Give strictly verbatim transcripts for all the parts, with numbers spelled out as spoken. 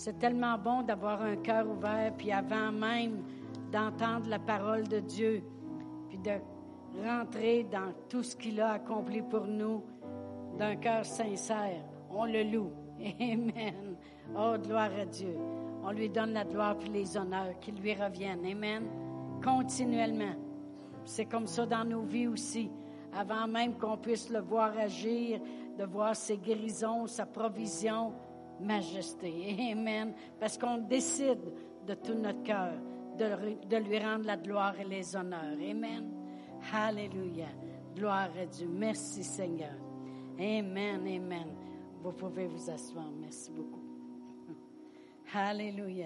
C'est tellement bon d'avoir un cœur ouvert, puis avant même d'entendre la parole de Dieu, puis de rentrer dans tout ce qu'il a accompli pour nous, d'un cœur sincère. On le loue. Amen. Oh, gloire à Dieu. On lui donne la gloire et les honneurs qui lui reviennent. Amen. Continuellement. C'est comme ça dans nos vies aussi. Avant même qu'on puisse le voir agir, de voir ses guérisons, sa provision, majesté. Amen. Parce qu'on décide de tout notre cœur de, de lui rendre la gloire et les honneurs. Amen. Alléluia. Gloire à Dieu. Merci Seigneur. Amen. Amen. Vous pouvez vous asseoir. Merci beaucoup. Alléluia.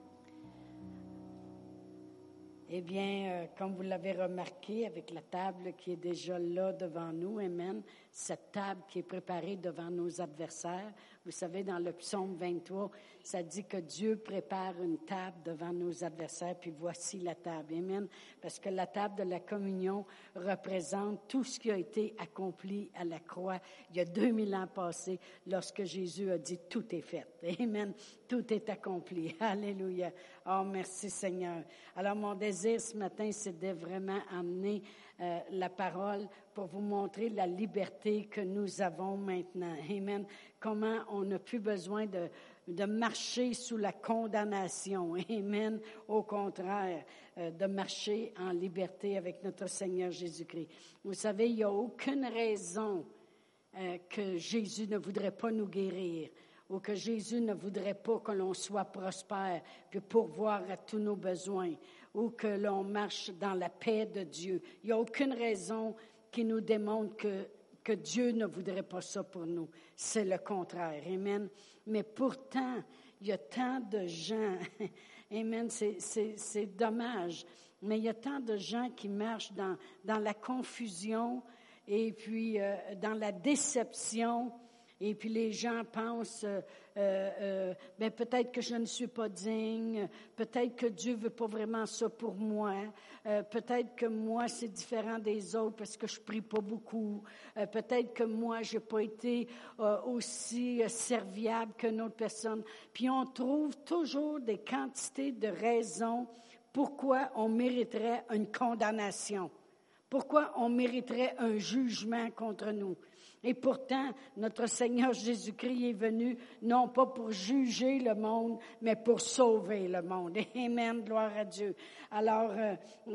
Eh bien, euh, comme vous l'avez remarqué, avec la table qui est déjà là devant nous, amen, cette table qui est préparée devant nos adversaires. Vous savez, dans le psaume vingt-trois, ça dit que Dieu prépare une table devant nos adversaires, puis voici la table, amen. Parce que la table de la communion représente tout ce qui a été accompli à la croix il y a deux mille ans passés, lorsque Jésus a dit « tout est fait ». Amen. Tout est accompli. Alléluia. Oh, merci Seigneur. Alors, mon désir ce matin, c'est de vraiment amener euh, la parole pour vous montrer la liberté que nous avons maintenant. Amen. Comment on n'a plus besoin de, de marcher sous la condamnation. Amen. Au contraire, euh, de marcher en liberté avec notre Seigneur Jésus-Christ. Vous savez, il n'y a aucune raison euh, que Jésus ne voudrait pas nous guérir, ou que Jésus ne voudrait pas que l'on soit prospère, puis pourvoir à tous nos besoins, ou que l'on marche dans la paix de Dieu. Il n'y a aucune raison qui nous démontre que, que Dieu ne voudrait pas ça pour nous. C'est le contraire. Amen. Mais pourtant, il y a tant de gens, amen, c'est, c'est, c'est dommage, mais il y a tant de gens qui marchent dans, dans la confusion et puis euh, dans la déception. Et puis les gens pensent, euh, euh, ben peut-être que je ne suis pas digne, peut-être que Dieu veut pas vraiment ça pour moi, euh, peut-être que moi c'est différent des autres parce que je prie pas beaucoup, euh, peut-être que moi j'ai pas été euh, aussi euh, serviable qu'une autre personne. Puis on trouve toujours des quantités de raisons pourquoi on mériterait une condamnation, pourquoi on mériterait un jugement contre nous. Et pourtant, notre Seigneur Jésus-Christ est venu non pas pour juger le monde, mais pour sauver le monde. Amen, gloire à Dieu. Alors, euh,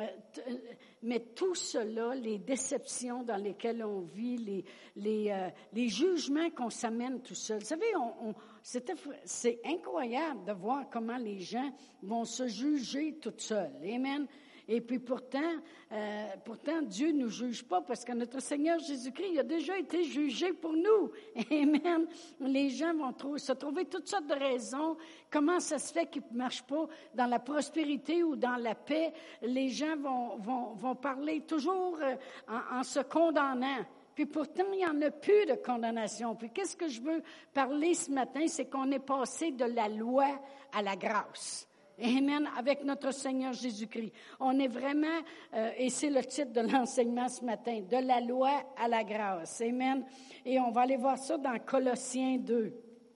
mais tout cela, les déceptions dans lesquelles on vit, les, les, euh, les jugements qu'on s'amène tout seul. Vous savez, on, on, c'était, c'est incroyable de voir comment les gens vont se juger tout seuls. Amen. Et puis pourtant, euh, pourtant Dieu ne nous juge pas parce que notre Seigneur Jésus-Christ il a déjà été jugé pour nous. Amen. Les gens vont trou- se trouver toutes sortes de raisons. Comment ça se fait qu'ils ne marchent pas dans la prospérité ou dans la paix? Les gens vont, vont, vont parler toujours euh, en, en se condamnant. Puis pourtant, il n'y en a plus de condamnation. Puis qu'est-ce que je veux parler ce matin? C'est qu'on est passé de la loi à la grâce. Amen, avec notre Seigneur Jésus-Christ. On est vraiment, euh, et c'est le titre de l'enseignement ce matin, de la loi à la grâce. Amen. Et on va aller voir ça dans Colossiens deux.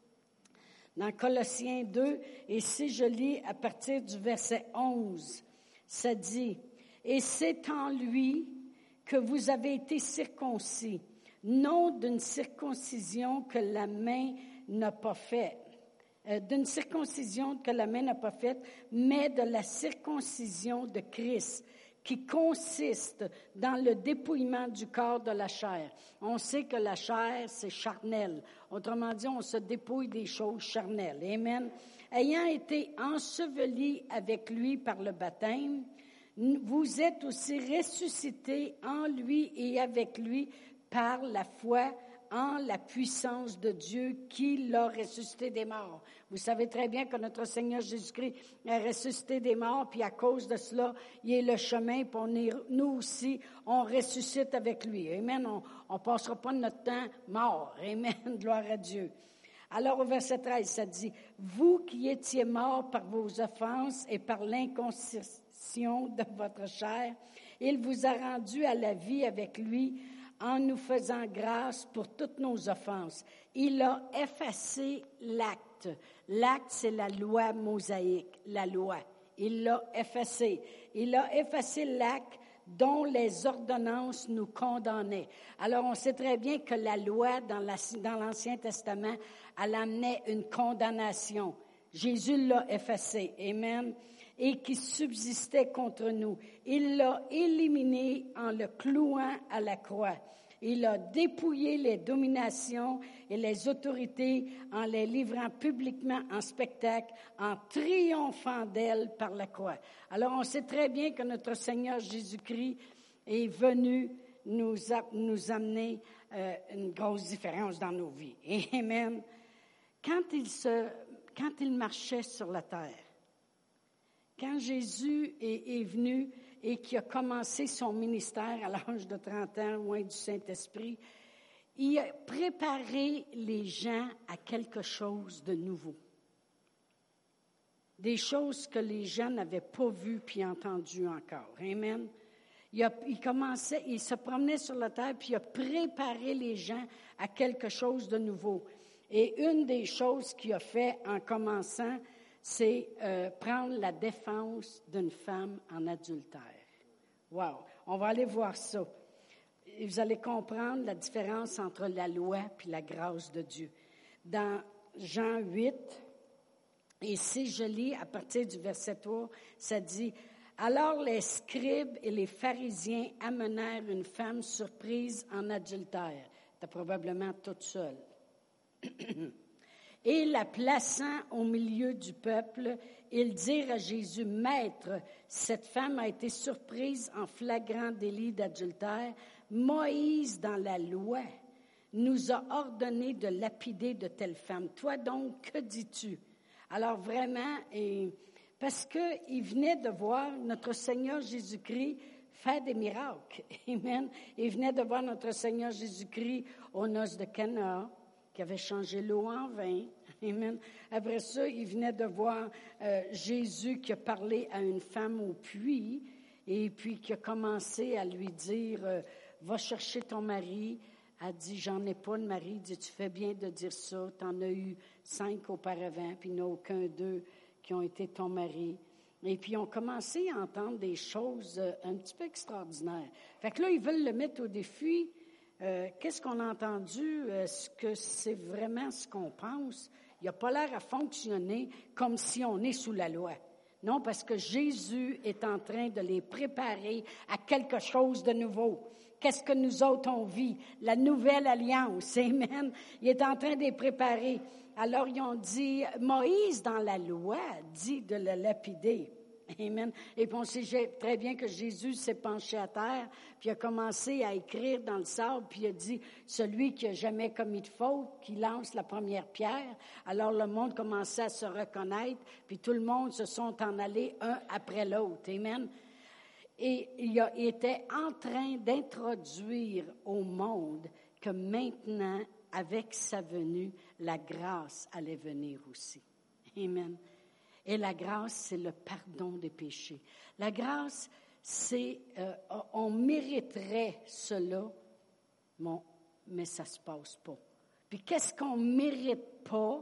Dans Colossiens deux, et si je lis à partir du verset onze, ça dit, « Et c'est en lui que vous avez été circoncis, non d'une circoncision que la main n'a pas faite, d'une circoncision que la main n'a pas faite, mais de la circoncision de Christ, qui consiste dans le dépouillement du corps de la chair. » On sait que la chair, c'est charnel. Autrement dit, on se dépouille des choses charnelles. Amen. Ayant été ensevelis avec lui par le baptême, vous êtes aussi ressuscités en lui et avec lui par la foi en la puissance de Dieu qui l'a ressuscité des morts. Vous savez très bien que notre Seigneur Jésus-Christ a ressuscité des morts, puis à cause de cela, il est le chemin, puis on est, nous aussi, on ressuscite avec lui. Amen. On ne passera pas notre temps mort. Amen. Gloire à Dieu. Alors au verset treize, ça dit, « Vous qui étiez morts par vos offenses et par l'inconcision de votre chair, il vous a rendus à la vie avec lui, en nous faisant grâce pour toutes nos offenses. Il a effacé la l'acte. L'acte, c'est la loi mosaïque, la loi. Il l'a effacé. Il a effacé l'acte dont les ordonnances nous condamnaient. Alors, on sait très bien que la loi, dans, la, dans l'Ancien Testament, elle amenait une condamnation. Jésus l'a effacé. Amen. Et qui subsistait contre nous. Il l'a éliminé en le clouant à la croix. Il a dépouillé les dominations et les autorités en les livrant publiquement en spectacle, en triomphant d'elles par la croix. Alors, on sait très bien que notre Seigneur Jésus-Christ est venu nous, a, nous amener euh, une grosse différence dans nos vies. Amen. Quand il, se, quand il marchait sur la terre, quand Jésus est, est venu et qui a commencé son ministère à l'âge de trente ans, loin du Saint-Esprit, il a préparé les gens à quelque chose de nouveau. Des choses que les gens n'avaient pas vues puis entendues encore. Amen. Il, a, il commençait, il se promenait sur la terre puis il a préparé les gens à quelque chose de nouveau. Et une des choses qu'il a fait en commençant, c'est euh, prendre la défense d'une femme en adultère. Wow! On va aller voir ça. Et vous allez comprendre la différence entre la loi et la grâce de Dieu. Dans Jean huit, et si je lis à partir du verset trois, ça dit « Alors les scribes et les pharisiens amenèrent une femme surprise en adultère. » Elle était probablement toute seule. Et la plaçant au milieu du peuple, ils dirent à Jésus, « Maître, cette femme a été surprise en flagrant délit d'adultère. Moïse, dans la loi, nous a ordonné de lapider de telle femme. Toi donc, que dis-tu? » Alors vraiment, et, parce qu'il venait de voir notre Seigneur Jésus-Christ faire des miracles. Amen. Il venait de voir notre Seigneur Jésus-Christ aux noces de Cana, qui avait changé l'eau en vin. Amen. Après ça, il venait de voir euh, Jésus qui a parlé à une femme au puits et puis qui a commencé à lui dire euh, « Va chercher ton mari ». Elle dit « J'en ai pas de mari ». Il dit « Tu fais bien de dire ça. Tu en as eu cinq auparavant, puis il n'y en a aucun d'eux qui ont été ton mari. » Et puis, ils ont commencé à entendre des choses euh, un petit peu extraordinaires. Fait que là, ils veulent le mettre au défi. Euh, qu'est-ce qu'on a entendu? Est-ce que c'est vraiment ce qu'on pense? Il n'a pas l'air à fonctionner comme si on est sous la loi. Non, parce que Jésus est en train de les préparer à quelque chose de nouveau. Qu'est-ce que nous autres on vit? La nouvelle alliance. Amen. Il est en train de les préparer. Alors, ils ont dit, Moïse, dans la loi, dit de le lapider. Amen. Et puis, on sait très bien que Jésus s'est penché à terre, puis il a commencé à écrire dans le sable, puis il a dit, celui qui n'a jamais commis de faute, qui lance la première pierre. Alors, le monde commençait à se reconnaître, puis tout le monde se sont en allés un après l'autre. Amen. Et il, a, il était en train d'introduire au monde que maintenant, avec sa venue, la grâce allait venir aussi. Amen. Et la grâce, c'est le pardon des péchés. La grâce, c'est, euh, on mériterait cela, bon, mais ça ne se passe pas. Puis qu'est-ce qu'on ne mérite pas,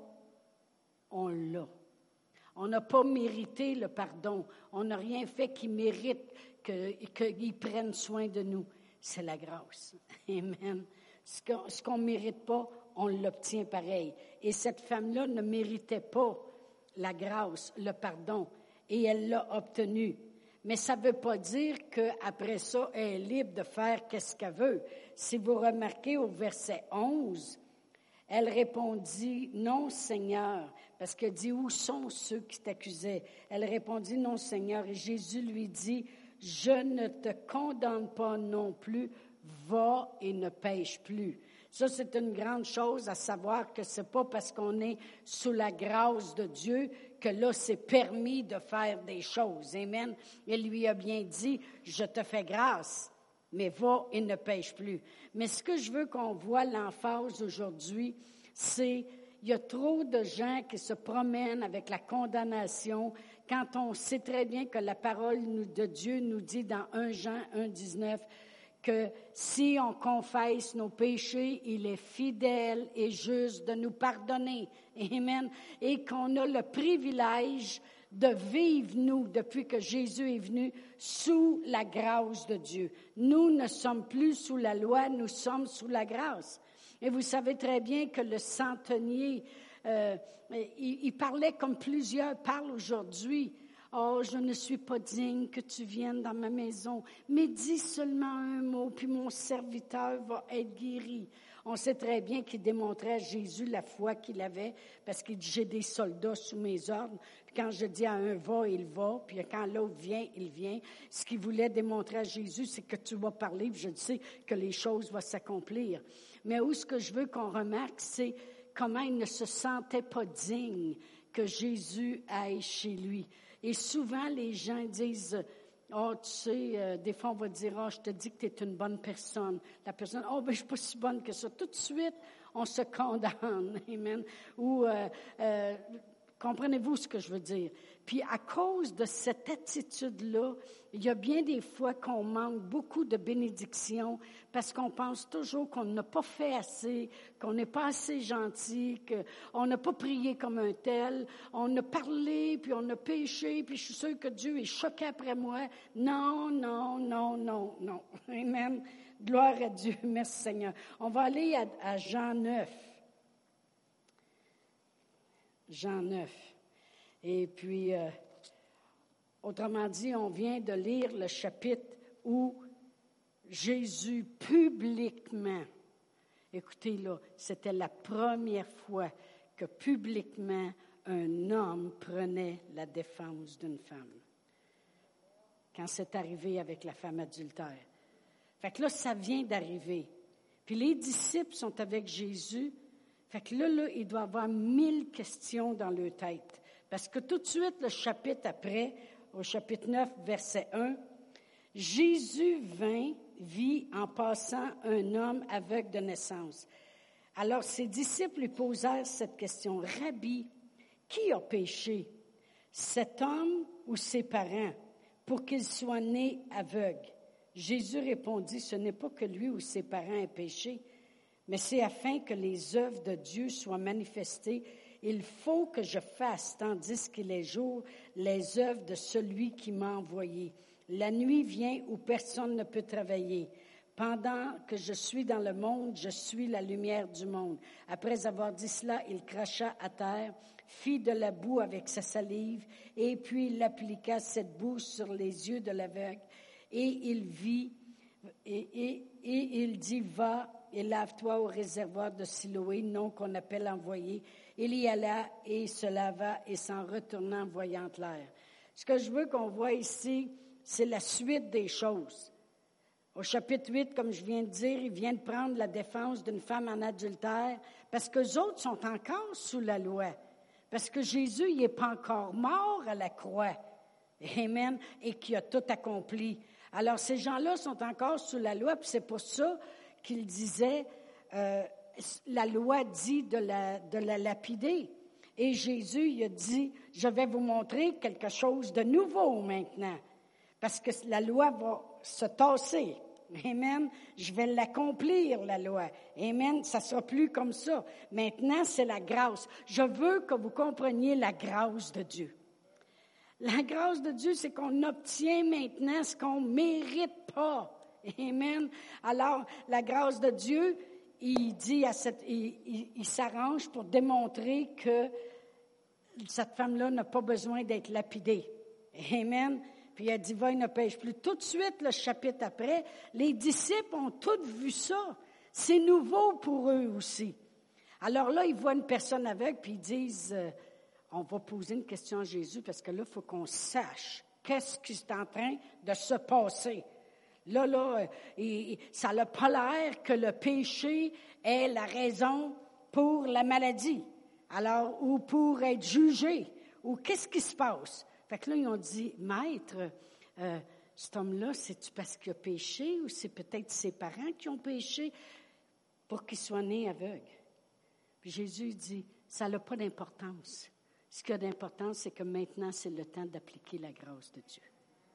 on l'a. On n'a pas mérité le pardon. On n'a rien fait qui mérite que, qu'ils prennent soin de nous. C'est la grâce. Amen. Ce qu'on, ce qu'on ne mérite pas, on l'obtient pareil. Et cette femme-là ne méritait pas la grâce, le pardon, et elle l'a obtenu. Mais ça ne veut pas dire qu'après ça, elle est libre de faire qu'est-ce qu'elle veut. Si vous remarquez au verset onze, elle répondit « Non, Seigneur », parce qu'elle dit « Où sont ceux qui t'accusaient ?» Elle répondit « Non, Seigneur », et Jésus lui dit « Je ne te condamne pas non plus, va et ne pêche plus. » Ça, c'est une grande chose à savoir que c'est pas parce qu'on est sous la grâce de Dieu que là, c'est permis de faire des choses. Amen. Il lui a bien dit, je te fais grâce, mais va et ne pêche plus. Mais ce que je veux qu'on voit l'emphase aujourd'hui, c'est il y a trop de gens qui se promènent avec la condamnation quand on sait très bien que la parole de Dieu nous dit dans un Jean un dix-neuf que si on confesse nos péchés, il est fidèle et juste de nous pardonner. Amen. Et qu'on a le privilège de vivre, nous, depuis que Jésus est venu, sous la grâce de Dieu. Nous ne sommes plus sous la loi, nous sommes sous la grâce. Et vous savez très bien que le centenier, euh, il, il parlait comme plusieurs parlent aujourd'hui. « Oh, je ne suis pas digne que tu viennes dans ma maison, mais dis seulement un mot, puis mon serviteur va être guéri. » On sait très bien qu'il démontrait à Jésus la foi qu'il avait, parce qu'il dit « J'ai des soldats sous mes ordres. » Puis quand je dis à un « va », il va, puis quand l'autre vient, il vient. Ce qu'il voulait démontrer à Jésus, c'est que tu vas parler, puis je sais que les choses vont s'accomplir. Mais où ce que je veux qu'on remarque, c'est comment il ne se sentait pas digne que Jésus aille chez lui. Et souvent, les gens disent, « Oh, tu sais, euh, des fois, on va dire, « Oh, je te dis que tu es une bonne personne. » La personne, « Oh, ben, je ne suis pas si bonne que ça. » Tout de suite, on se condamne. Amen. Ou, euh, euh, comprenez-vous ce que je veux dire? Puis, à cause de cette attitude-là, il y a bien des fois qu'on manque beaucoup de bénédictions parce qu'on pense toujours qu'on n'a pas fait assez, qu'on n'est pas assez gentil, qu'on n'a pas prié comme un tel, on a parlé, puis on a péché, puis je suis sûre que Dieu est choqué après moi. Non, non, non, non, non. Amen. Gloire à Dieu. Merci Seigneur. On va aller à, à Jean neuf. Jean neuf. Et puis, euh, autrement dit, on vient de lire le chapitre où Jésus publiquement, écoutez là, c'était la première fois que publiquement un homme prenait la défense d'une femme. Quand c'est arrivé avec la femme adultère. Fait que là, ça vient d'arriver. Puis les disciples sont avec Jésus. Fait que là, là, il doit y avoir mille questions dans leur tête. Parce que tout de suite, le chapitre après, au chapitre neuf, verset un, Jésus vint, vit en passant un homme aveugle de naissance. Alors ses disciples lui posèrent cette question, « Rabbi, qui a péché, cet homme ou ses parents, pour qu'il soit né aveugle? » Jésus répondit, « Ce n'est pas que lui ou ses parents aient péché, mais c'est afin que les œuvres de Dieu soient manifestées. Il faut que je fasse, tandis qu'il est jour, les œuvres de celui qui m'a envoyé. La nuit vient où personne ne peut travailler. Pendant que je suis dans le monde, je suis la lumière du monde. » Après avoir dit cela, il cracha à terre, fit de la boue avec sa salive, et puis il appliqua cette boue sur les yeux de l'aveugle. Et il vit, et, et, et il dit, « Va et lave-toi au réservoir de Siloé, nom qu'on appelle envoyé. » Il y alla et se lava et s'en retourna en voyant l'air. Ce que je veux qu'on voit ici, c'est la suite des choses. Au chapitre huit, comme je viens de dire, il vient de prendre la défense d'une femme en adultère parce qu'eux autres sont encore sous la loi. Parce que Jésus, il n'est pas encore mort à la croix. Amen. Et qui a tout accompli. Alors, ces gens-là sont encore sous la loi, puis c'est pour ça qu'il disait, euh, la loi dit de la, de la lapider. Et Jésus, il a dit, je vais vous montrer quelque chose de nouveau maintenant. Parce que la loi va se tasser. Amen. Je vais l'accomplir, la loi. Amen. Ça ne sera plus comme ça. Maintenant, c'est la grâce. Je veux que vous compreniez la grâce de Dieu. La grâce de Dieu, c'est qu'on obtient maintenant ce qu'on ne mérite pas. Amen. Alors, la grâce de Dieu, il dit à cette, il, il, il s'arrange pour démontrer que cette femme-là n'a pas besoin d'être lapidée. Amen. Puis elle dit, va, il ne pêche plus. Tout de suite, le chapitre après, les disciples ont tous vu ça. C'est nouveau pour eux aussi. Alors là, ils voient une personne aveugle, puis ils disent, euh, on va poser une question à Jésus, parce que là, il faut qu'on sache qu'est-ce qui est en train de se passer. Là, là, et, ça n'a pas l'air que le péché est la raison pour la maladie. Alors, ou pour être jugé, ou qu'est-ce qui se passe? Fait que là, ils ont dit, Maître, euh, cet homme-là, c'est-tu parce qu'il a péché ou c'est peut-être ses parents qui ont péché pour qu'il soit né aveugle? Puis Jésus dit, ça n'a pas d'importance. Ce qui a d'importance, c'est que maintenant, c'est le temps d'appliquer la grâce de Dieu.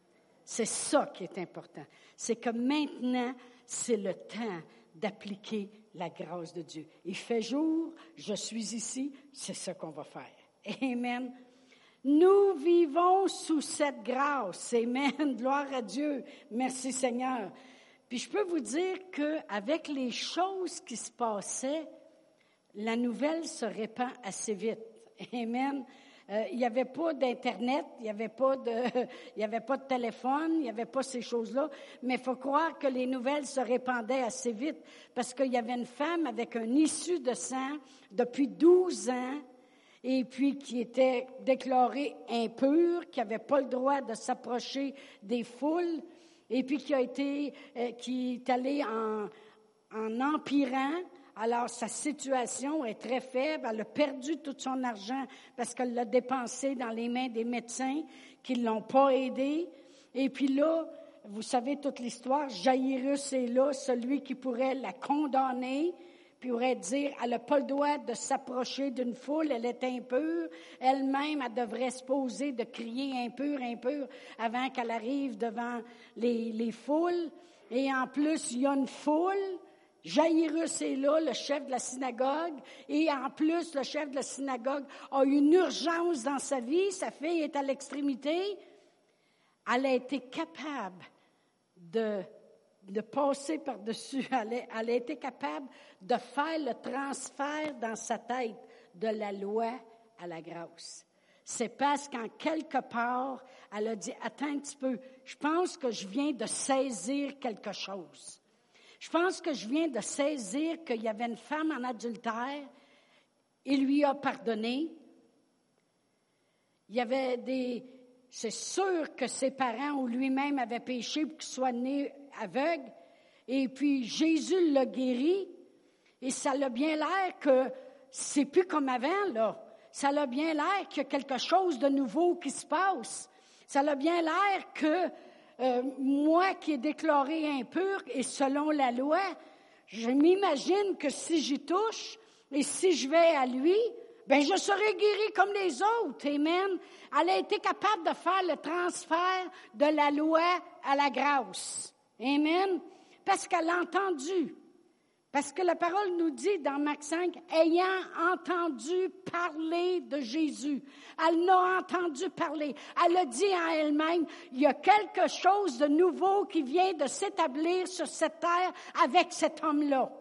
C'est ça qui est important. C'est que maintenant, c'est le temps d'appliquer la grâce de Dieu. Il fait jour, je suis ici, c'est ça qu'on va faire. Amen. Nous vivons sous cette grâce. Amen. Gloire à Dieu. Merci Seigneur. Puis je peux vous dire qu'avec les choses qui se passaient, la nouvelle se répand assez vite. Amen. Euh, il n'y avait pas d'Internet, il n'y avait pas de, il n'y avait pas de téléphone, il n'y avait pas ces choses-là. Mais il faut croire que les nouvelles se répandaient assez vite parce qu'il y avait une femme avec un issue de sang depuis douze ans et puis qui était déclarée impure, qui n'avait pas le droit de s'approcher des foules et puis qui a été, euh, qui est allée en, en empirant. Alors, sa situation est très faible. Elle a perdu tout son argent parce qu'elle l'a dépensé dans les mains des médecins qui ne l'ont pas aidée. Et puis là, vous savez toute l'histoire, Jairus est là, celui qui pourrait la condamner, puis pourrait dire, elle n'a pas le droit de s'approcher d'une foule, elle est impure. Elle-même, elle devrait se poser de crier impure, impure, avant qu'elle arrive devant les, les foules. Et en plus, il y a une foule. Jairus est là, le chef de la synagogue, et en plus, le chef de la synagogue a une urgence dans sa vie, sa fille est à l'extrémité. Elle a été capable de, de passer par-dessus, elle a, elle a été capable de faire le transfert dans sa tête de la loi à la grâce. C'est parce qu'en quelque part, elle a dit, attends un petit peu, je pense que je viens de saisir quelque chose. Je pense que je viens de saisir qu'il y avait une femme en adultère. Il lui a pardonné. Il y avait des... C'est sûr que ses parents ou lui-même avaient péché pour qu'il soit né aveugle. Et puis Jésus l'a guéri. Et ça a bien l'air que c'est plus comme avant, là. Ça a bien l'air qu'il y a quelque chose de nouveau qui se passe. Ça a bien l'air que... Euh, moi qui est déclaré impur et selon la loi, je m'imagine que si j'y touche et si je vais à lui, ben je serai guéri comme les autres. Amen. Elle a été capable de faire le transfert de la loi à la grâce. Amen. Parce qu'elle a entendu. Parce que la parole nous dit dans Marc cinq, ayant entendu parler de Jésus. Elle n'a entendu parler. Elle a dit en elle-même, il y a quelque chose de nouveau qui vient de s'établir sur cette terre avec cet homme-là.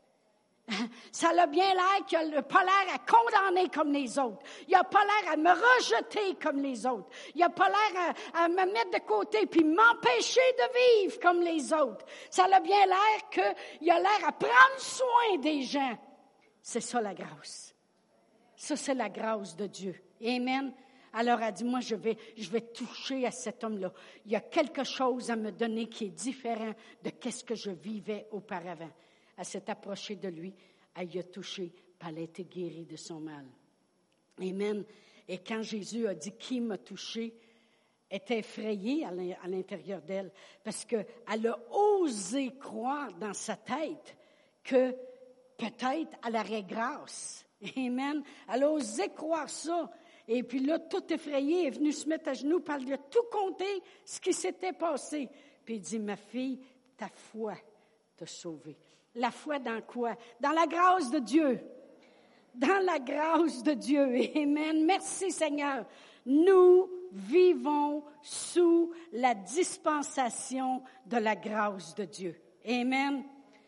Ça a bien l'air qu'il n'a pas l'air à condamner comme les autres. Il n'a pas l'air à me rejeter comme les autres. Il n'a pas l'air à, à me mettre de côté puis m'empêcher de vivre comme les autres. Ça a bien l'air qu'il a l'air à prendre soin des gens. C'est ça la grâce. Ça, c'est la grâce de Dieu. Amen. Alors elle dit, moi, je vais, je vais toucher à cet homme-là. Il y a quelque chose à me donner qui est différent de ce que je vivais auparavant. Elle s'est approchée de lui, elle y a touché, puis elle a été guérie de son mal. Amen. Et quand Jésus a dit « Qui m'a touché », elle était effrayée à l'intérieur d'elle, parce qu'elle a osé croire dans sa tête que peut-être elle aurait grâce. Amen. Elle a osé croire ça. Et puis là, tout effrayée, elle est venue se mettre à genoux, puis elle lui a tout compté ce qui s'était passé. Puis il dit « Ma fille, ta foi t'a sauvée. » La foi dans quoi? Dans la grâce de Dieu. Dans la grâce de Dieu. Amen. Merci Seigneur. Nous vivons sous la dispensation de la grâce de Dieu. Amen.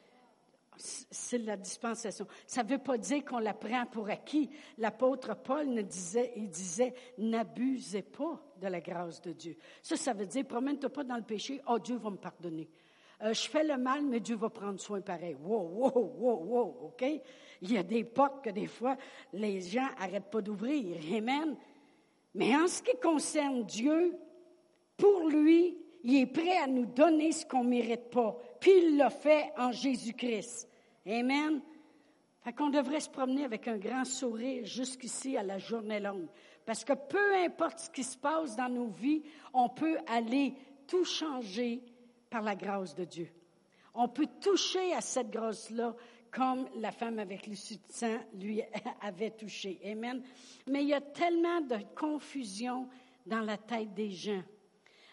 C'est la dispensation. Ça ne veut pas dire qu'on la prend pour acquis. L'apôtre Paul ne disait, il disait, n'abusez pas de la grâce de Dieu. Ça, ça veut dire, promène-toi pas dans le péché. Oh, Dieu va me pardonner. Euh, je fais le mal, mais Dieu va prendre soin pareil. Wow, wow, wow, wow, OK? Il y a des portes que des fois, les gens n'arrêtent pas d'ouvrir. Amen. Mais en ce qui concerne Dieu, pour lui, il est prêt à nous donner ce qu'on ne mérite pas. Puis il l'a fait en Jésus-Christ. Amen. Fait qu'on devrait se promener avec un grand sourire jusqu'ici à la journée longue. Parce que peu importe ce qui se passe dans nos vies, on peut aller tout changer par la grâce de Dieu. On peut toucher à cette grâce-là comme la femme avec l'issue de sang lui avait touché. Amen. Mais il y a tellement de confusion dans la tête des gens.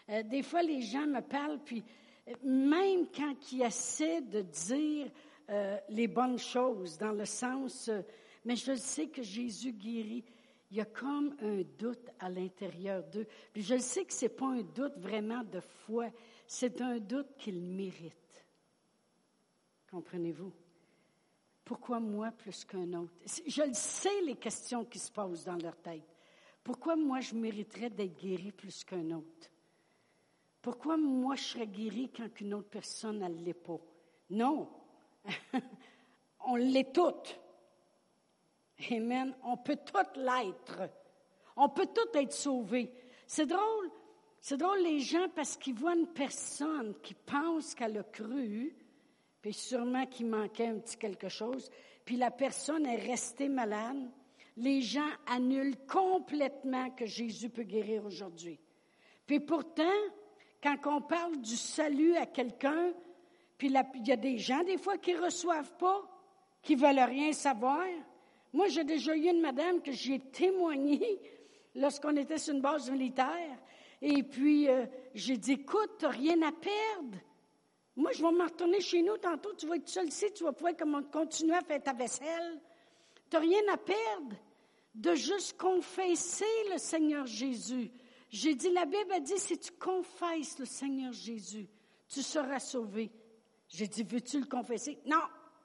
Euh, des fois, les gens me parlent, puis même quand ils essaient de dire euh, les bonnes choses, dans le sens, euh, mais je sais que Jésus guérit, il y a comme un doute à l'intérieur d'eux. Puis je sais que ce n'est pas un doute vraiment de foi, c'est un doute qu'ils méritent. Comprenez-vous? Pourquoi moi plus qu'un autre? Je le sais, les questions qui se posent dans leur tête. Pourquoi moi, je mériterais d'être guéri plus qu'un autre? Pourquoi moi, je serais guéri quand une autre personne, elle ne l'est pas? Non. On l'est toutes. Amen. On peut toutes l'être. On peut toutes être sauvés. C'est drôle. C'est drôle, les gens, parce qu'ils voient une personne qui pense qu'elle a cru, puis sûrement qu'il manquait un petit quelque chose, puis la personne est restée malade. Les gens annulent complètement que Jésus peut guérir aujourd'hui. Puis pourtant, quand on parle du salut à quelqu'un, puis il y a des gens, des fois, qui ne reçoivent pas, qui ne veulent rien savoir. Moi, j'ai déjà eu une madame que j'ai témoigné lorsqu'on était sur une base militaire. Et puis, euh, j'ai dit, écoute, tu n'as rien à perdre. Moi, je vais me retourner chez nous tantôt. Tu vas être seul ici, tu vas pouvoir continuer à faire ta vaisselle. Tu n'as rien à perdre de juste confesser le Seigneur Jésus. J'ai dit, la Bible a dit, si tu confesses le Seigneur Jésus, tu seras sauvé. J'ai dit, veux-tu le confesser? Non.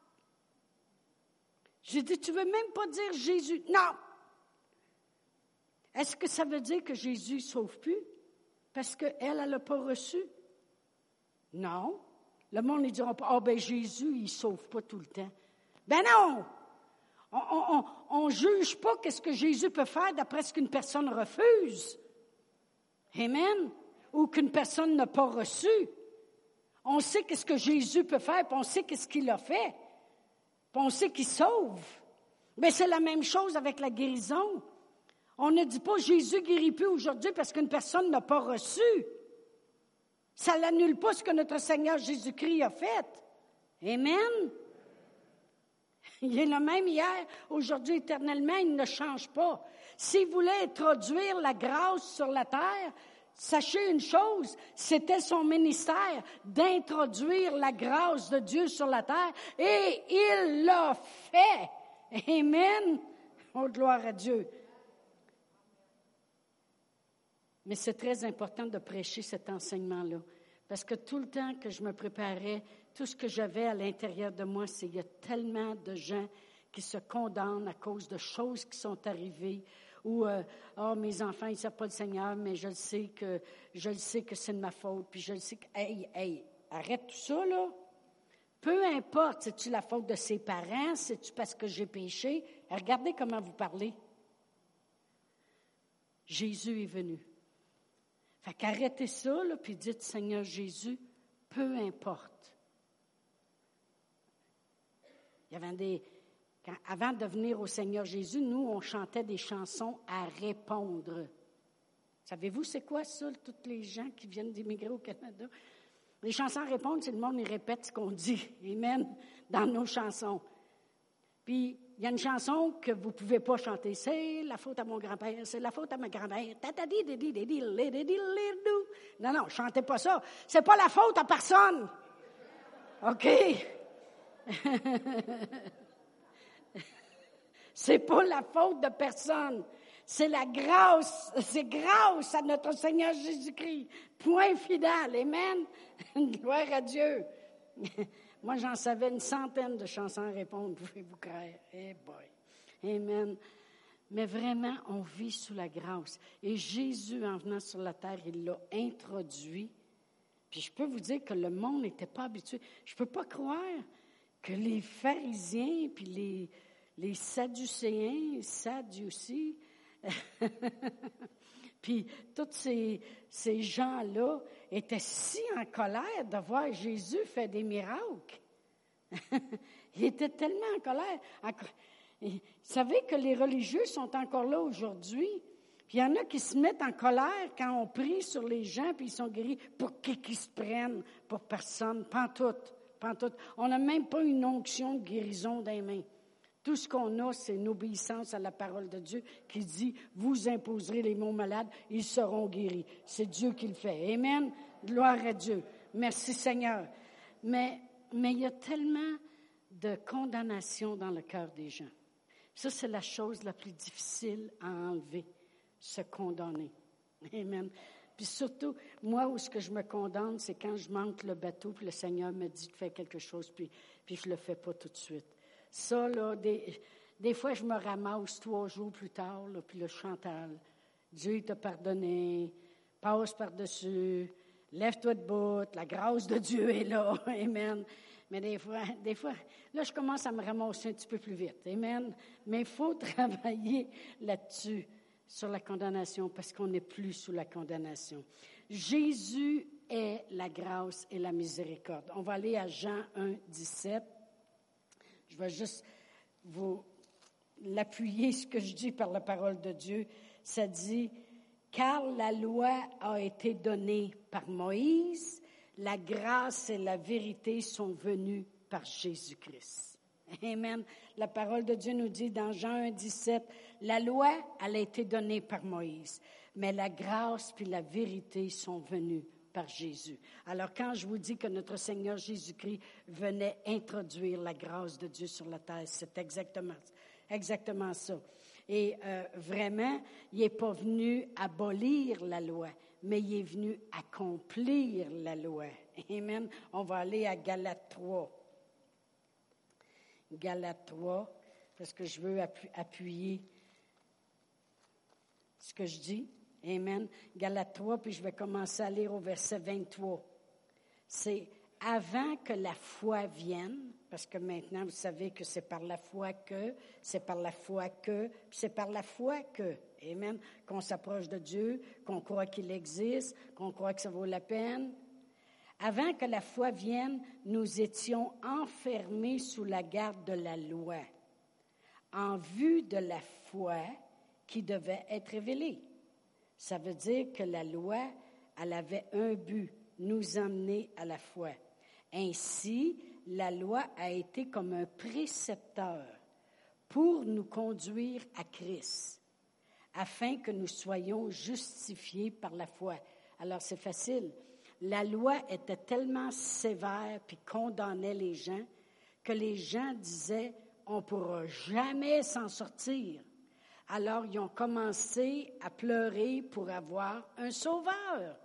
J'ai dit, tu ne veux même pas dire Jésus? Non. Est-ce que ça veut dire que Jésus ne sauve plus? Parce qu'elle, elle n'a pas reçu? Non. Le monde ne dira pas, ah oh, ben Jésus, il ne sauve pas tout le temps. Ben non! On ne juge pas qu'est-ce que Jésus peut faire d'après ce qu'une personne refuse. Amen. Ou qu'une personne n'a pas reçu. On sait qu'est-ce que Jésus peut faire, puis on sait qu'est-ce qu'il a fait. Puis on sait qu'il sauve. Mais c'est la même chose avec la guérison. On ne dit pas Jésus guérit plus aujourd'hui parce qu'une personne n'a pas reçu. Ça n'annule pas ce que notre Seigneur Jésus-Christ a fait. Amen. Il est le même hier, aujourd'hui, éternellement, il ne change pas. S'il voulait introduire la grâce sur la terre, sachez une chose, c'était son ministère d'introduire la grâce de Dieu sur la terre et il l'a fait. Amen. Oh, gloire à Dieu. Mais c'est très important de prêcher cet enseignement-là. Parce que tout le temps que je me préparais, tout ce que j'avais à l'intérieur de moi, c'est qu'il y a tellement de gens qui se condamnent à cause de choses qui sont arrivées. Ou, euh, oh, mes enfants, ils ne savent pas le Seigneur, mais je le sais que je le sais que c'est de ma faute. Puis je le sais que, hey, hey, arrête tout ça, là. Peu importe, c'est-tu la faute de ses parents, c'est-tu parce que j'ai péché? Regardez comment vous parlez. Jésus est venu. Fait qu'arrêtez ça, là, puis dites, Seigneur Jésus, peu importe. Il y avait des... Quand, avant de venir au Seigneur Jésus, nous, on chantait des chansons à répondre. Savez-vous c'est quoi ça, toutes les gens qui viennent d'immigrer au Canada? Les chansons à répondre, c'est le monde qui répète ce qu'on dit. Amen. Dans nos chansons. Puis, il y a une chanson que vous ne pouvez pas chanter. C'est la faute à mon grand-père, c'est la faute à ma grand-mère. Non, non, chantez pas ça. C'est pas la faute à personne. OK? C'est pas la faute de personne. C'est la grâce, c'est grâce à notre Seigneur Jésus-Christ. Point final. Amen. Gloire à Dieu. Moi, j'en savais une centaine de chansons à répondre, pouvez-vous croire? Eh boy. Amen. Mais vraiment, on vit sous la grâce. Et Jésus, en venant sur la terre, il l'a introduit. Puis je peux vous dire que le monde n'était pas habitué. Je ne peux pas croire que les pharisiens, puis les, les sadducéens, sadducis, puis tous ces, ces gens-là étaient si en colère de voir Jésus faire des miracles. Ils étaient tellement en colère. Vous savez que les religieux sont encore là aujourd'hui. Puis il y en a qui se mettent en colère quand on prie sur les gens, puis ils sont guéris. Pour qui qu'ils se prennent? Pour personne. Pantoute. Pantoute. On n'a même pas une onction de guérison dans les mains. Tout ce qu'on a, c'est une obéissance à la parole de Dieu qui dit, vous imposerez les mots malades, ils seront guéris. C'est Dieu qui le fait. Amen. Gloire à Dieu. Merci Seigneur. Mais, mais il y a tellement de condamnation dans le cœur des gens. Ça, c'est la chose la plus difficile à enlever, se condamner. Amen. Puis surtout, moi, où ce que je me condamne, c'est quand je manque le bateau, puis le Seigneur me dit de faire quelque chose, puis, puis je le fais pas tout de suite. Ça, là, des, des fois, je me ramasse trois jours plus tard, là, puis le Chantal, Dieu t'a pardonné, passe par-dessus, lève-toi debout, la grâce de Dieu est là, amen. Mais des fois, des fois, là, je commence à me ramasser un petit peu plus vite, amen. Mais il faut travailler là-dessus, sur la condamnation, parce qu'on n'est plus sous la condamnation. Jésus est la grâce et la miséricorde. On va aller à Jean un, dix-sept. Je vais juste vous l'appuyer, ce que je dis par la parole de Dieu. Ça dit, « Car la loi a été donnée par Moïse, la grâce et la vérité sont venues par Jésus-Christ. » Amen. La parole de Dieu nous dit dans Jean un, dix-sept, « La loi, elle a été donnée par Moïse, mais la grâce puis la vérité sont venues par Jésus. » Alors, quand je vous dis que notre Seigneur Jésus-Christ venait introduire la grâce de Dieu sur la terre, c'est exactement, exactement ça. Et euh, vraiment, il n'est pas venu abolir la loi, mais il est venu accomplir la loi. Amen. On va aller à Galates trois. Galates trois, parce que je veux appu- appuyer ce que je dis. Amen. Galates trois, puis je vais commencer à lire au verset vingt-trois. C'est avant que la foi vienne, parce que maintenant, vous savez que c'est par la foi que, c'est par la foi que, puis c'est par la foi que, amen, qu'on s'approche de Dieu, qu'on croit qu'il existe, qu'on croit que ça vaut la peine. Avant que la foi vienne, nous étions enfermés sous la garde de la loi, en vue de la foi qui devait être révélée. Ça veut dire que la loi, elle avait un but, nous emmener à la foi. Ainsi, la loi a été comme un précepteur pour nous conduire à Christ, afin que nous soyons justifiés par la foi. Alors, c'est facile. La loi était tellement sévère puis condamnait les gens que les gens disaient « on ne pourra jamais s'en sortir ». Alors, ils ont commencé à pleurer pour avoir un sauveur.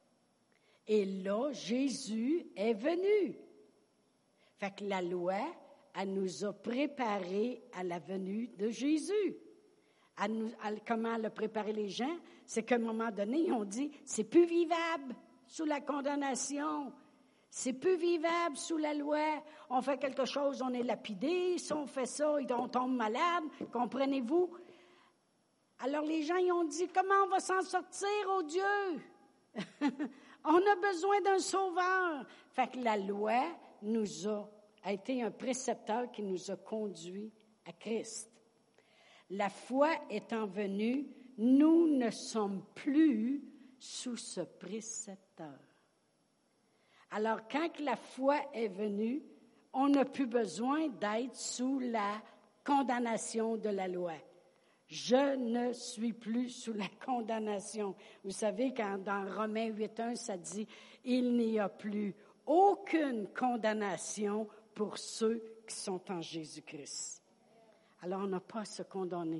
Et là, Jésus est venu. Fait que la loi, elle nous a préparés à la venue de Jésus. Elle nous, elle, comment elle a préparé les gens? C'est qu'à un moment donné, ils ont dit, c'est plus vivable sous la condamnation. C'est plus vivable sous la loi. On fait quelque chose, on est lapidé. Si on fait ça, on tombe malade. Comprenez-vous? Alors les gens, ils ont dit, comment on va s'en sortir, oh Dieu? On a besoin d'un sauveur. Fait que la loi nous a, a été un précepteur qui nous a conduits à Christ. La foi étant venue, nous ne sommes plus sous ce précepteur. Alors, quand la foi est venue, on n'a plus besoin d'être sous la condamnation de la loi. Je ne suis plus sous la condamnation. Vous savez, quand dans Romains huit un, ça dit « Il n'y a plus aucune condamnation pour ceux qui sont en Jésus-Christ. » Alors, on n'a pas à se condamner.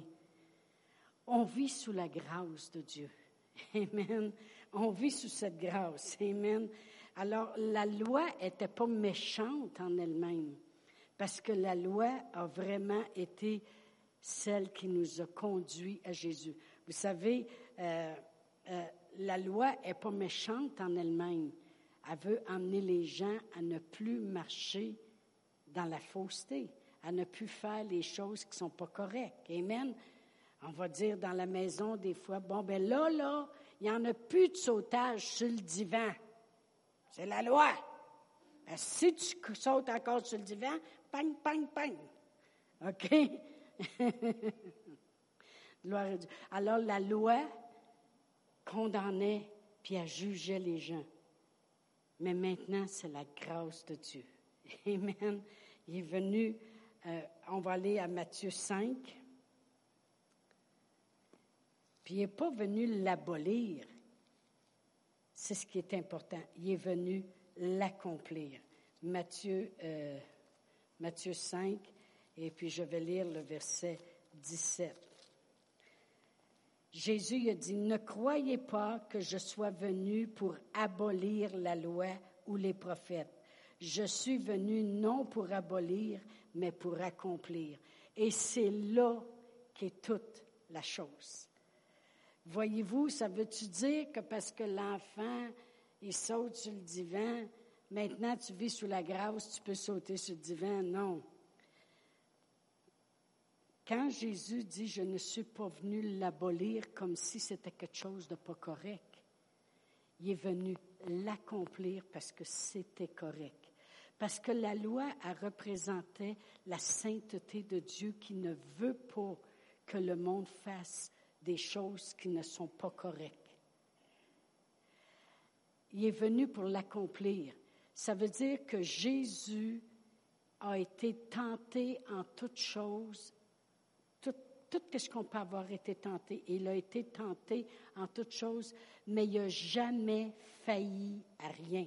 On vit sous la grâce de Dieu. Amen. On vit sous cette grâce. Amen. Alors, la loi n'était pas méchante en elle-même, parce que la loi a vraiment été celle qui nous a conduits à Jésus. Vous savez, euh, euh, la loi n'est pas méchante en elle-même. Elle veut emmener les gens à ne plus marcher dans la fausseté, à ne plus faire les choses qui ne sont pas correctes. Amen. On va dire dans la maison des fois, bon, ben là, là, il n'y en a plus de sautage sur le divan. C'est la loi. Ben, si tu sautes encore sur le divan, pang, pang, pang. OK? Gloire à Dieu. Alors, la loi condamnait puis elle jugeait les gens. Mais maintenant, c'est la grâce de Dieu. Amen. Il est venu Euh, on va aller à Matthieu cinq. Puis il n'est pas venu l'abolir. C'est ce qui est important. Il est venu l'accomplir. Matthieu, euh, Matthieu cinq, et puis je vais lire le verset dix-sept. Jésus a dit, « Ne croyez pas que je sois venu pour abolir la loi ou les prophètes. Je suis venu non pour abolir, mais pour accomplir. » Et c'est là qu'est toute la chose. Voyez-vous, ça veut-tu dire que parce que l'enfant, il saute sur le divan, maintenant tu vis sous la grâce, tu peux sauter sur le divan? Non. Quand Jésus dit « Je ne suis pas venu l'abolir » comme si c'était quelque chose de pas correct, il est venu l'accomplir parce que c'était correct. Parce que la loi, elle représentait la sainteté de Dieu qui ne veut pas que le monde fasse des choses qui ne sont pas correctes. Il est venu pour l'accomplir. Ça veut dire que Jésus a été tenté en toutes choses. Tout, tout ce qu'on peut avoir été tenté. Il a été tenté en toutes choses, mais il n'a jamais failli à rien.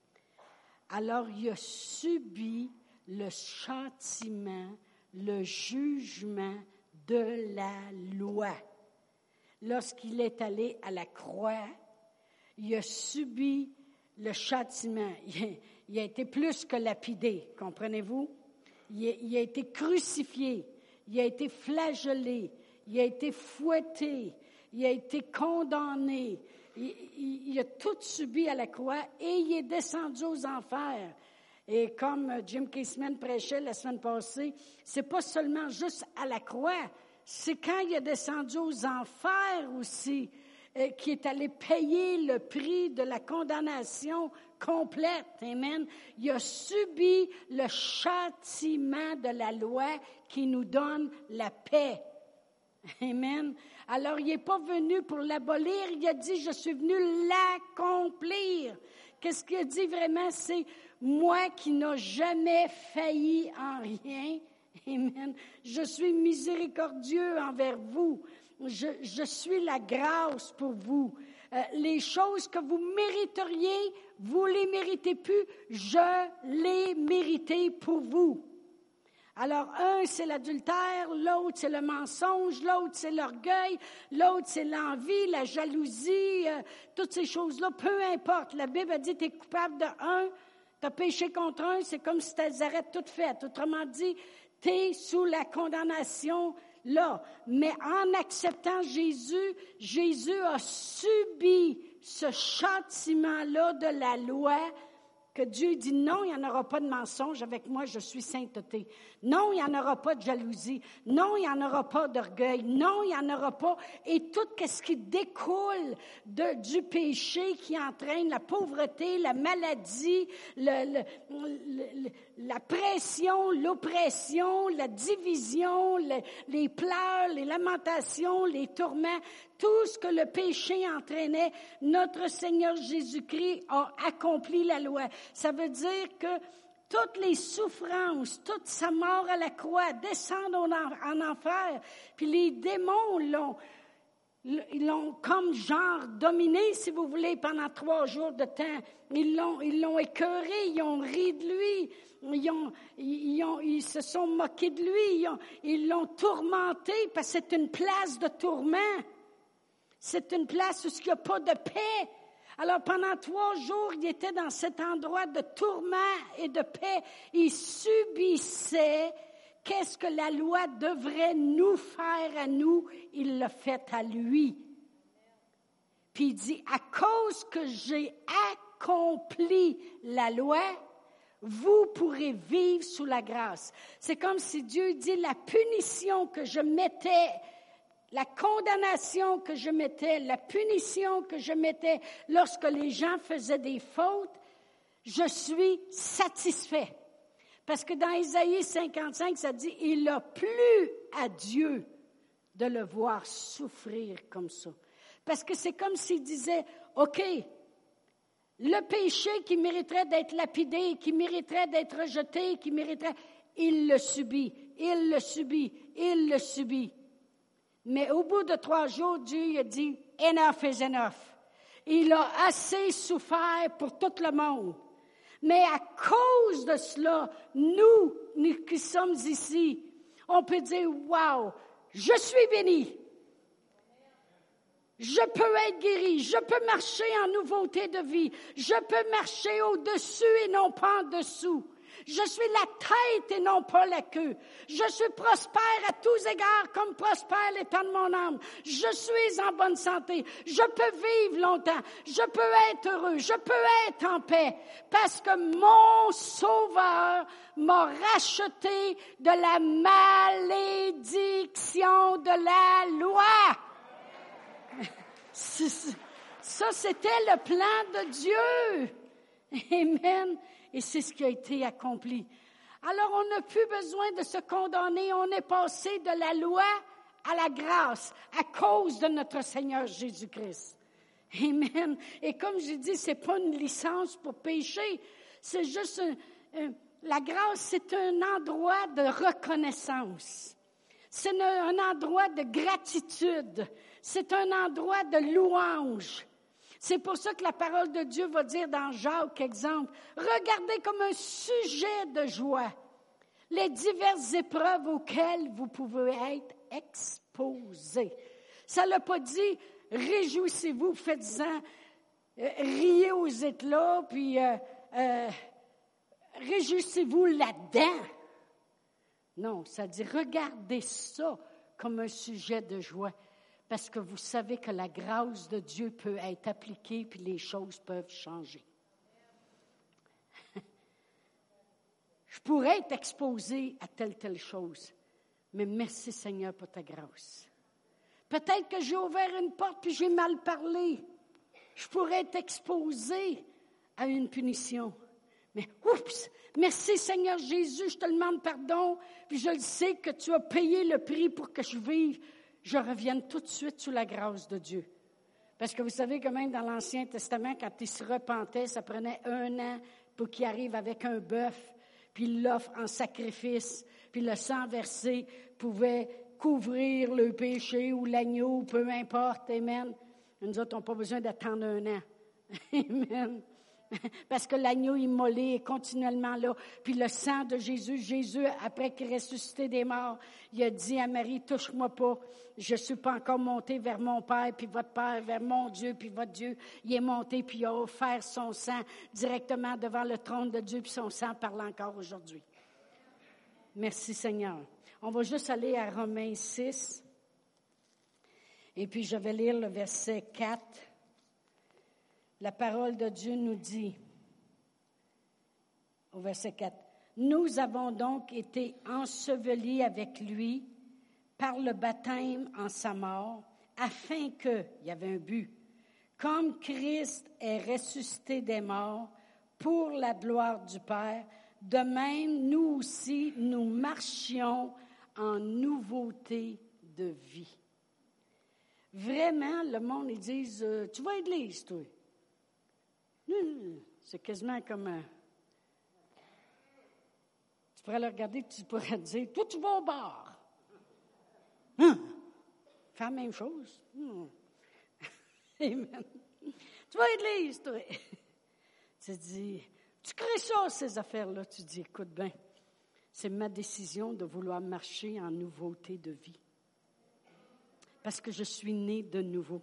Alors, il a subi le châtiment, le jugement de la loi. Lorsqu'il est allé à la croix, il a subi le châtiment. Il a, il a été plus que lapidé, comprenez-vous? Il a, il a été crucifié, il a été flagellé, il a été fouetté, il a été condamné. Il, il, il a tout subi à la croix et il est descendu aux enfers. Et comme Jim Caseman prêchait la semaine passée, c'est pas seulement juste à la croix, c'est quand il est descendu aux enfers aussi, euh, qui est allé payer le prix de la condamnation complète. Amen. Il a subi le châtiment de la loi qui nous donne la paix. Amen. Alors, il n'est pas venu pour l'abolir, il a dit, je suis venu l'accomplir. Qu'est-ce qu'il a dit vraiment? C'est moi qui n'ai jamais failli en rien. Amen. Je suis miséricordieux envers vous. Je, je suis la grâce pour vous. Euh, les choses que vous mériteriez, vous les méritez plus. Je les méritais pour vous. Alors, un, c'est l'adultère, l'autre, c'est le mensonge, l'autre, c'est l'orgueil, l'autre, c'est l'envie, la jalousie, euh, toutes ces choses-là, peu importe. La Bible a dit, tu es coupable de un, tu as péché contre un, c'est comme si tu les arrêtes toutes faites. Autrement dit, tu es sous la condamnation là. Mais en acceptant Jésus, Jésus a subi ce châtiment-là de la loi, que Dieu dit non, il n'y en aura pas de mensonge avec moi, je suis sainteté. Non, il n'y en aura pas de jalousie. Non, il n'y en aura pas d'orgueil. Non, il n'y en aura pas. Et tout ce qui découle de, du péché qui entraîne la pauvreté, la maladie, le, le, le, la pression, l'oppression, la division, le, les pleurs, les lamentations, les tourments, tout ce que le péché entraînait, notre Seigneur Jésus-Christ a accompli la loi. Ça veut dire que toutes les souffrances, toute sa mort à la croix descendent en, en enfer, puis les démons l'ont, ils l'ont comme genre dominé, si vous voulez, pendant trois jours de temps. Ils l'ont, ils l'ont écœuré, ils ont ri de lui, ils, ont, ils, ont, ils se sont moqués de lui, ils, ont, ils l'ont tourmenté parce que c'est une place de tourment. C'est une place où il n'y a pas de paix. Alors, pendant trois jours, il était dans cet endroit de tourment et de paix. Il subissait qu'est-ce que la loi devrait nous faire à nous. Il l'a fait à lui. Puis il dit, à cause que j'ai accompli la loi, vous pourrez vivre sous la grâce. C'est comme si Dieu dit, la punition que je mettais, la condamnation que je mettais, la punition que je mettais lorsque les gens faisaient des fautes, je suis satisfait. Parce que dans Isaïe cinquante-cinq, ça dit, il a plu à Dieu de le voir souffrir comme ça. Parce que c'est comme s'il disait, OK, le péché qui mériterait d'être lapidé, qui mériterait d'être rejeté, qui mériterait, il le subit. il le subit, il le subit. Mais au bout de trois jours, Dieu a dit, « Enough is enough ». Il a assez souffert pour tout le monde. Mais à cause de cela, nous, nous qui sommes ici, on peut dire, « Wow, je suis béni. Je peux être guéri. Je peux marcher en nouveauté de vie. Je peux marcher au-dessus et non pas en dessous. Je suis la tête et non pas la queue. Je suis prospère à tous égards comme prospère l'état de mon âme. Je suis en bonne santé. Je peux vivre longtemps. Je peux être heureux. Je peux être en paix. Parce que mon Sauveur m'a racheté de la malédiction de la loi. Ça, c'était le plan de Dieu. Amen. Et c'est ce qui a été accompli. Alors, on n'a plus besoin de se condamner. On est passé de la loi à la grâce à cause de notre Seigneur Jésus-Christ. Amen. Et comme je dis, c'est pas une licence pour pécher. C'est juste un, un, la grâce, c'est un endroit de reconnaissance. C'est un, un endroit de gratitude. C'est un endroit de louange. C'est pour ça que la parole de Dieu va dire dans Jacques, exemple, regardez comme un sujet de joie les diverses épreuves auxquelles vous pouvez être exposés. Ça l'a pas dit, réjouissez-vous, faites-en, euh, riez aux éclats, puis euh, euh, réjouissez-vous là-dedans. Non, ça dit, regardez ça comme un sujet de joie. Parce que vous savez que la grâce de Dieu peut être appliquée puis les choses peuvent changer. Je pourrais être exposé à telle, telle chose, mais merci Seigneur pour ta grâce. Peut-être que j'ai ouvert une porte puis j'ai mal parlé. Je pourrais être exposé à une punition. Mais oups, merci Seigneur Jésus, je te demande pardon, puis je le sais que tu as payé le prix pour que je vive. Je revienne tout de suite sous la grâce de Dieu. Parce que vous savez que même dans l'Ancien Testament, quand il se repentait, ça prenait un an pour qu'il arrive avec un bœuf, puis il l'offre en sacrifice, puis le sang versé pouvait couvrir le péché ou l'agneau, peu importe, amen. Nous autres, on n'a pas besoin d'attendre un an. Amen. Parce que l'agneau immolé est continuellement là. Puis le sang de Jésus, Jésus, après qu'il est ressuscité des morts, il a dit à Marie, touche-moi pas, je ne suis pas encore monté vers mon Père, puis votre Père, vers mon Dieu, puis votre Dieu. Il est monté, puis il a offert son sang directement devant le trône de Dieu, puis son sang parle encore aujourd'hui. Merci Seigneur. On va juste aller à Romains six, et puis je vais lire le verset quatre. La parole de Dieu nous dit, au verset quatre, « Nous avons donc été ensevelis avec lui par le baptême en sa mort, afin que, il y avait un but, comme Christ est ressuscité des morts pour la gloire du Père, de même nous aussi nous marchions en nouveauté de vie. » Vraiment, le monde, ils disent, euh, « Tu vas à l'église, toi? » C'est quasiment comme... Euh, tu pourrais le regarder, tu pourrais te dire, « Toi, tu vas au bar. Hum. Fais la même chose. Hum. » Amen. Tu vas à l'église, toi. Tu dis, tu crées ça, ces affaires-là. Tu dis, écoute bien, c'est ma décision de vouloir marcher en nouveauté de vie. Parce que je suis né de nouveau.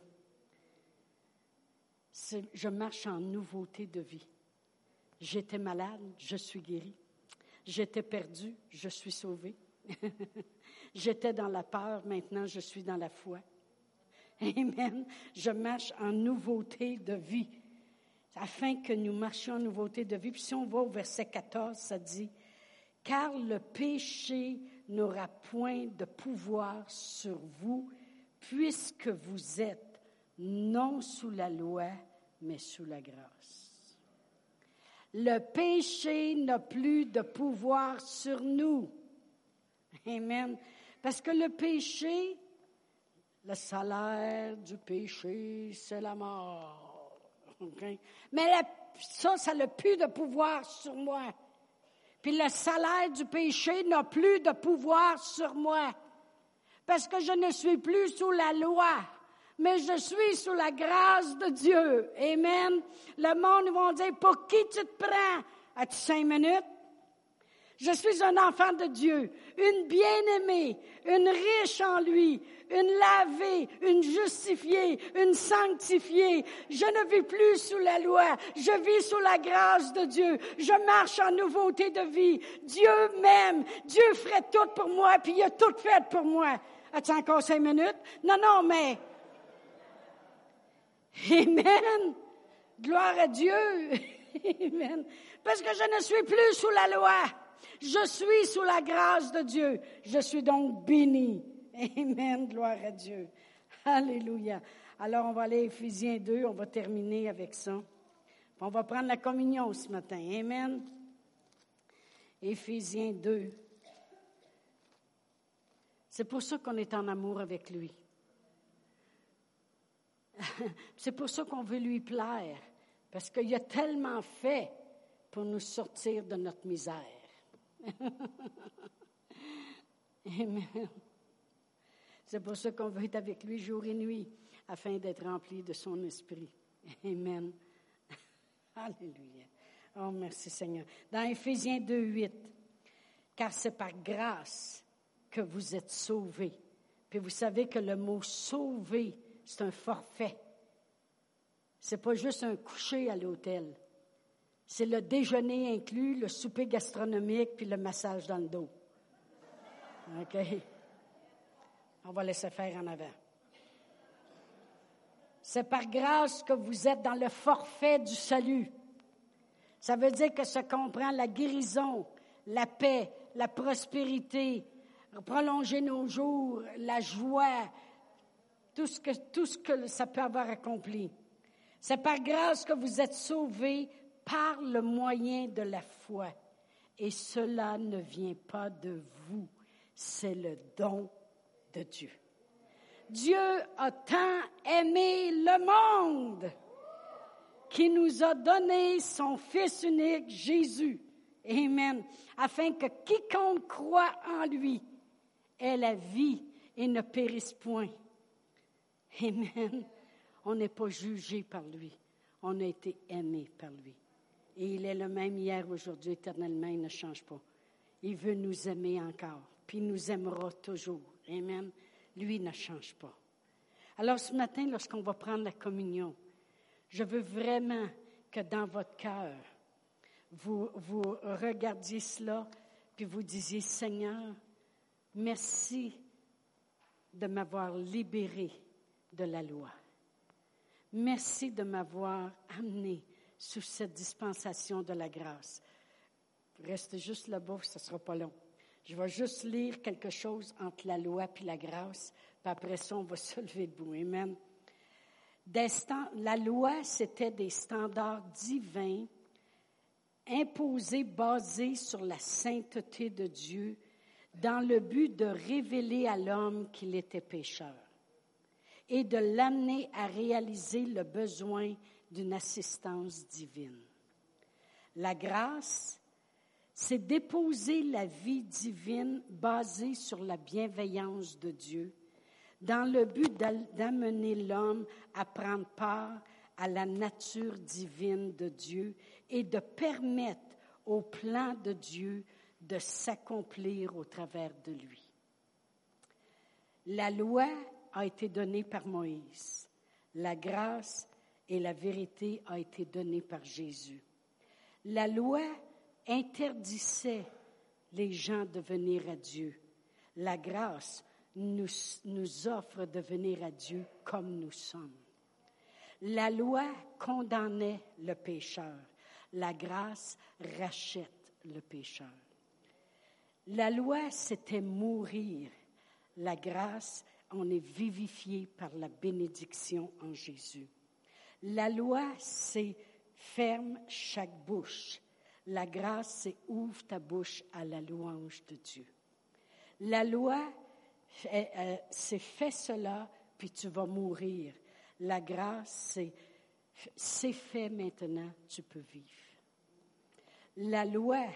C'est, je marche en nouveauté de vie. J'étais malade, je suis guéri. J'étais perdu, je suis sauvé. J'étais dans la peur, maintenant je suis dans la foi. Amen. Je marche en nouveauté de vie, afin que nous marchions en nouveauté de vie. Puis si on va au verset quatorze, ça dit, « Car le péché n'aura point de pouvoir sur vous, puisque vous êtes non sous la loi, mais sous la grâce. » Le péché n'a plus de pouvoir sur nous. Amen. Parce que le péché, le salaire du péché, c'est la mort. Okay? Mais la, ça, ça n'a plus de pouvoir sur moi. Puis le salaire du péché n'a plus de pouvoir sur moi. Parce que je ne suis plus sous la loi, mais je suis sous la grâce de Dieu. Amen. Le monde va dire, pour qui tu te prends? As-tu cinq minutes? Je suis un enfant de Dieu, une bien-aimée, une riche en lui, une lavée, une justifiée, une sanctifiée. Je ne vis plus sous la loi, je vis sous la grâce de Dieu. Je marche en nouveauté de vie. Dieu m'aime, Dieu ferait tout pour moi, puis il a tout fait pour moi. As-tu encore cinq minutes? Non, non, mais... Amen. Gloire à Dieu. Amen. Parce que je ne suis plus sous la loi. Je suis sous la grâce de Dieu. Je suis donc béni. Amen. Gloire à Dieu. Alléluia. Alors, on va aller à Éphésiens deux. On va terminer avec ça. On va prendre la communion ce matin. Amen. Éphésiens deux. C'est pour ça qu'on est en amour avec lui. C'est pour ça qu'on veut lui plaire. Parce qu'il a tellement fait pour nous sortir de notre misère. Amen. C'est pour ça qu'on veut être avec lui jour et nuit, afin d'être rempli de son esprit. Amen. Alléluia. Oh, merci Seigneur. Dans Éphésiens deux, huit, car c'est par grâce que vous êtes sauvés. Puis vous savez que le mot sauver, c'est un forfait. C'est pas juste un coucher à l'hôtel. C'est le déjeuner inclus, le souper gastronomique, puis le massage dans le dos. OK? On va laisser faire en avant. C'est par grâce que vous êtes dans le forfait du salut. Ça veut dire que ça comprend la guérison, la paix, la prospérité, prolonger nos jours, la joie, tout ce que, tout ce que ça peut avoir accompli. C'est par grâce que vous êtes sauvés par le moyen de la foi. Et cela ne vient pas de vous, c'est le don de Dieu. Dieu a tant aimé le monde qu'il nous a donné son Fils unique, Jésus. Amen. Afin que quiconque croit en lui ait la vie et ne périsse point. Amen. On n'est pas jugé par lui. On a été aimé par lui. Et il est le même hier, aujourd'hui, éternellement. Il ne change pas. Il veut nous aimer encore. Puis il nous aimera toujours. Amen. Lui ne change pas. Alors ce matin, lorsqu'on va prendre la communion, je veux vraiment que dans votre cœur, vous, vous regardiez cela, puis vous disiez, Seigneur, merci de m'avoir libéré de la loi. Merci de m'avoir amené sous cette dispensation de la grâce. Restez juste là-bas, ce ne sera pas long. Je vais juste lire quelque chose entre la loi et la grâce, puis après ça, on va se lever debout. Amen. Des stand- la loi, c'était des standards divins imposés, basés sur la sainteté de Dieu, dans le but de révéler à l'homme qu'il était pécheur et de l'amener à réaliser le besoin d'une assistance divine. La grâce, c'est déposer la vie divine basée sur la bienveillance de Dieu, dans le but d'amener l'homme à prendre part à la nature divine de Dieu et de permettre au plan de Dieu de s'accomplir au travers de lui. La loi a été donnée par Moïse. La grâce et la vérité a été donnée par Jésus. La loi interdisait les gens de venir à Dieu. La grâce nous, nous offre de venir à Dieu comme nous sommes. La loi condamnait le pécheur. La grâce rachète le pécheur. La loi, c'était mourir. La grâce, on est vivifié par la bénédiction en Jésus. La loi, c'est ferme chaque bouche. La grâce, c'est ouvre ta bouche à la louange de Dieu. La loi, c'est fais cela, puis tu vas mourir. La grâce, c'est c'est fait maintenant, tu peux vivre. La loi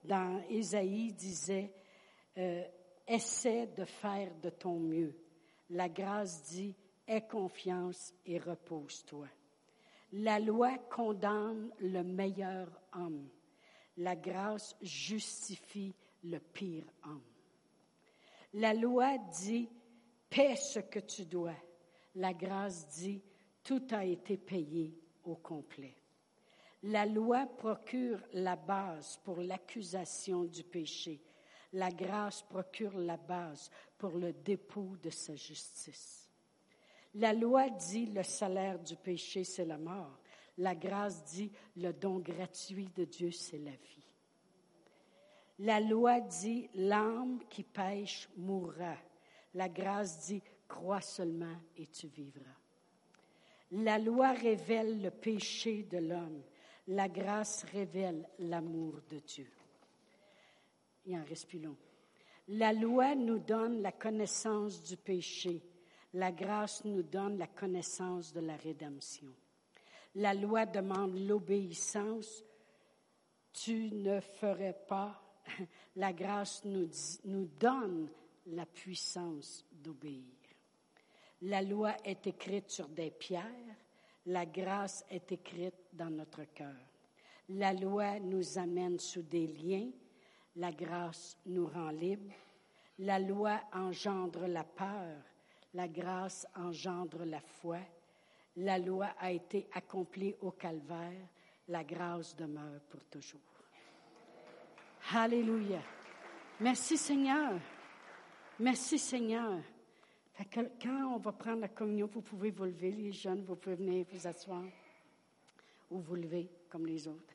dans Ésaïe disait euh, « Essaie de faire de ton mieux ». La grâce dit « Aie confiance et repose-toi ». La loi condamne le meilleur homme. La grâce justifie le pire homme. La loi dit « Paie ce que tu dois ». La grâce dit « Tout a été payé au complet ». La loi procure la base pour l'accusation du péché. La grâce procure la base pour le dépôt de sa justice. La loi dit le salaire du péché, c'est la mort. La grâce dit le don gratuit de Dieu, c'est la vie. La loi dit l'âme qui pêche mourra. La grâce dit crois seulement et tu vivras. La loi révèle le péché de l'homme. La grâce révèle l'amour de Dieu. Il en reste plus long. La loi nous donne la connaissance du péché. La grâce nous donne la connaissance de la rédemption. La loi demande l'obéissance. Tu ne ferais pas. La grâce nous, nous donne la puissance d'obéir. La loi est écrite sur des pierres. La grâce est écrite dans notre cœur. La loi nous amène sous des liens. La grâce nous rend libres. La loi engendre la peur. La grâce engendre la foi. La loi a été accomplie au calvaire. La grâce demeure pour toujours. Alléluia. Merci Seigneur. Merci Seigneur. Fait que quand on va prendre la communion, vous pouvez vous lever, les jeunes, vous pouvez venir vous asseoir ou vous lever comme les autres.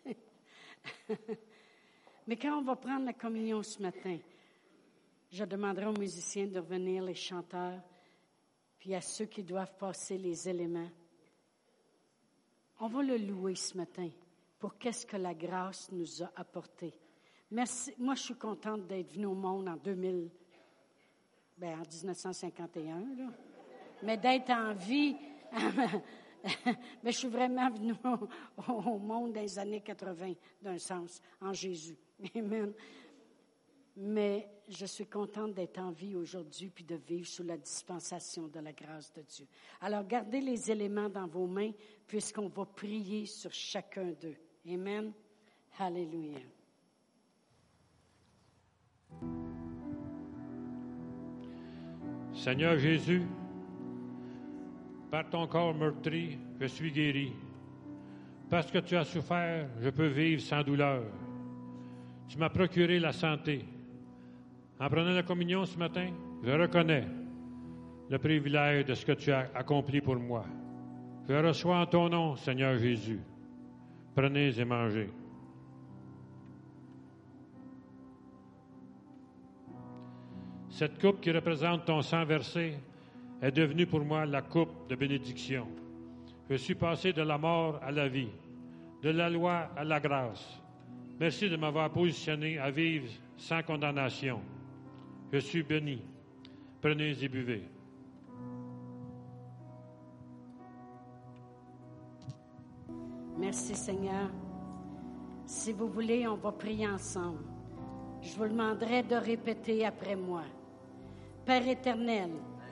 Mais quand on va prendre la communion ce matin, je demanderai aux musiciens de revenir, les chanteurs, puis à ceux qui doivent passer les éléments. On va le louer ce matin pour qu'est-ce que la grâce nous a apporté. Merci. Moi, je suis contente d'être venue au monde en deux mille, ben en dix-neuf cent cinquante et un, là. Mais d'être en vie, mais je suis vraiment venue au, au monde des années quatre-vingt, d'un sens, en Jésus. Amen. Mais je suis contente d'être en vie aujourd'hui puis de vivre sous la dispensation de la grâce de Dieu. Alors, gardez les éléments dans vos mains puisqu'on va prier sur chacun d'eux. Amen. Alléluia. Seigneur Jésus, par ton corps meurtri, je suis guéri. Parce que tu as souffert, je peux vivre sans douleur. Tu m'as procuré la santé. En prenant la communion ce matin, je reconnais le privilège de ce que tu as accompli pour moi. Je reçois en ton nom, Seigneur Jésus. Prenez et mangez. Cette coupe qui représente ton sang versé est devenue pour moi la coupe de bénédiction. Je suis passé de la mort à la vie, de la loi à la grâce. Merci de m'avoir positionné à vivre sans condamnation. Je suis béni. Prenez et buvez. Merci Seigneur. Si vous voulez, on va prier ensemble. Je vous demanderai de répéter après moi. Père éternel,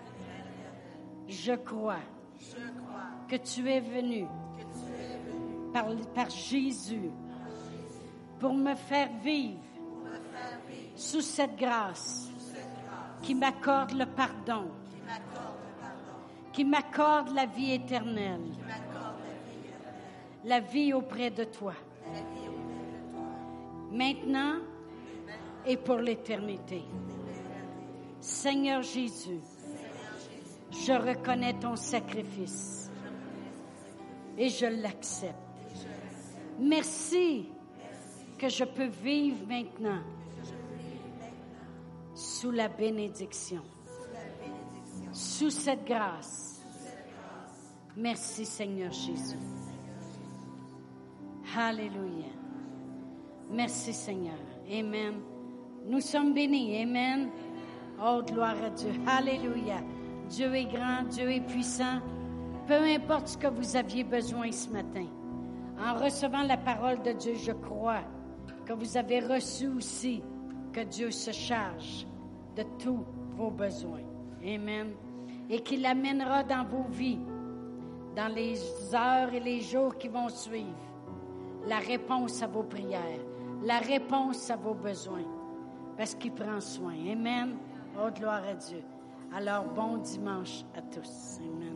je crois que tu es venu par, par Jésus pour me faire vivre sous cette grâce qui m'accorde le pardon, qui m'accorde la vie éternelle, la vie auprès de toi, maintenant et pour l'éternité. Seigneur Jésus, je reconnais ton sacrifice et je l'accepte. Merci que je peux vivre maintenant sous la bénédiction, sous cette grâce. Merci Seigneur Jésus. Alléluia. Merci Seigneur. Amen. Nous sommes bénis. Amen. Oh, gloire à Dieu. Alléluia. Dieu est grand, Dieu est puissant. Peu importe ce que vous aviez besoin ce matin. En recevant la parole de Dieu, je crois que vous avez reçu aussi, que Dieu se charge de tous vos besoins. Amen. Et qu'il amènera dans vos vies, dans les heures et les jours qui vont suivre, la réponse à vos prières, la réponse à vos besoins, parce qu'il prend soin. Amen. Oh, gloire à Dieu. Alors, bon dimanche à tous. Amen.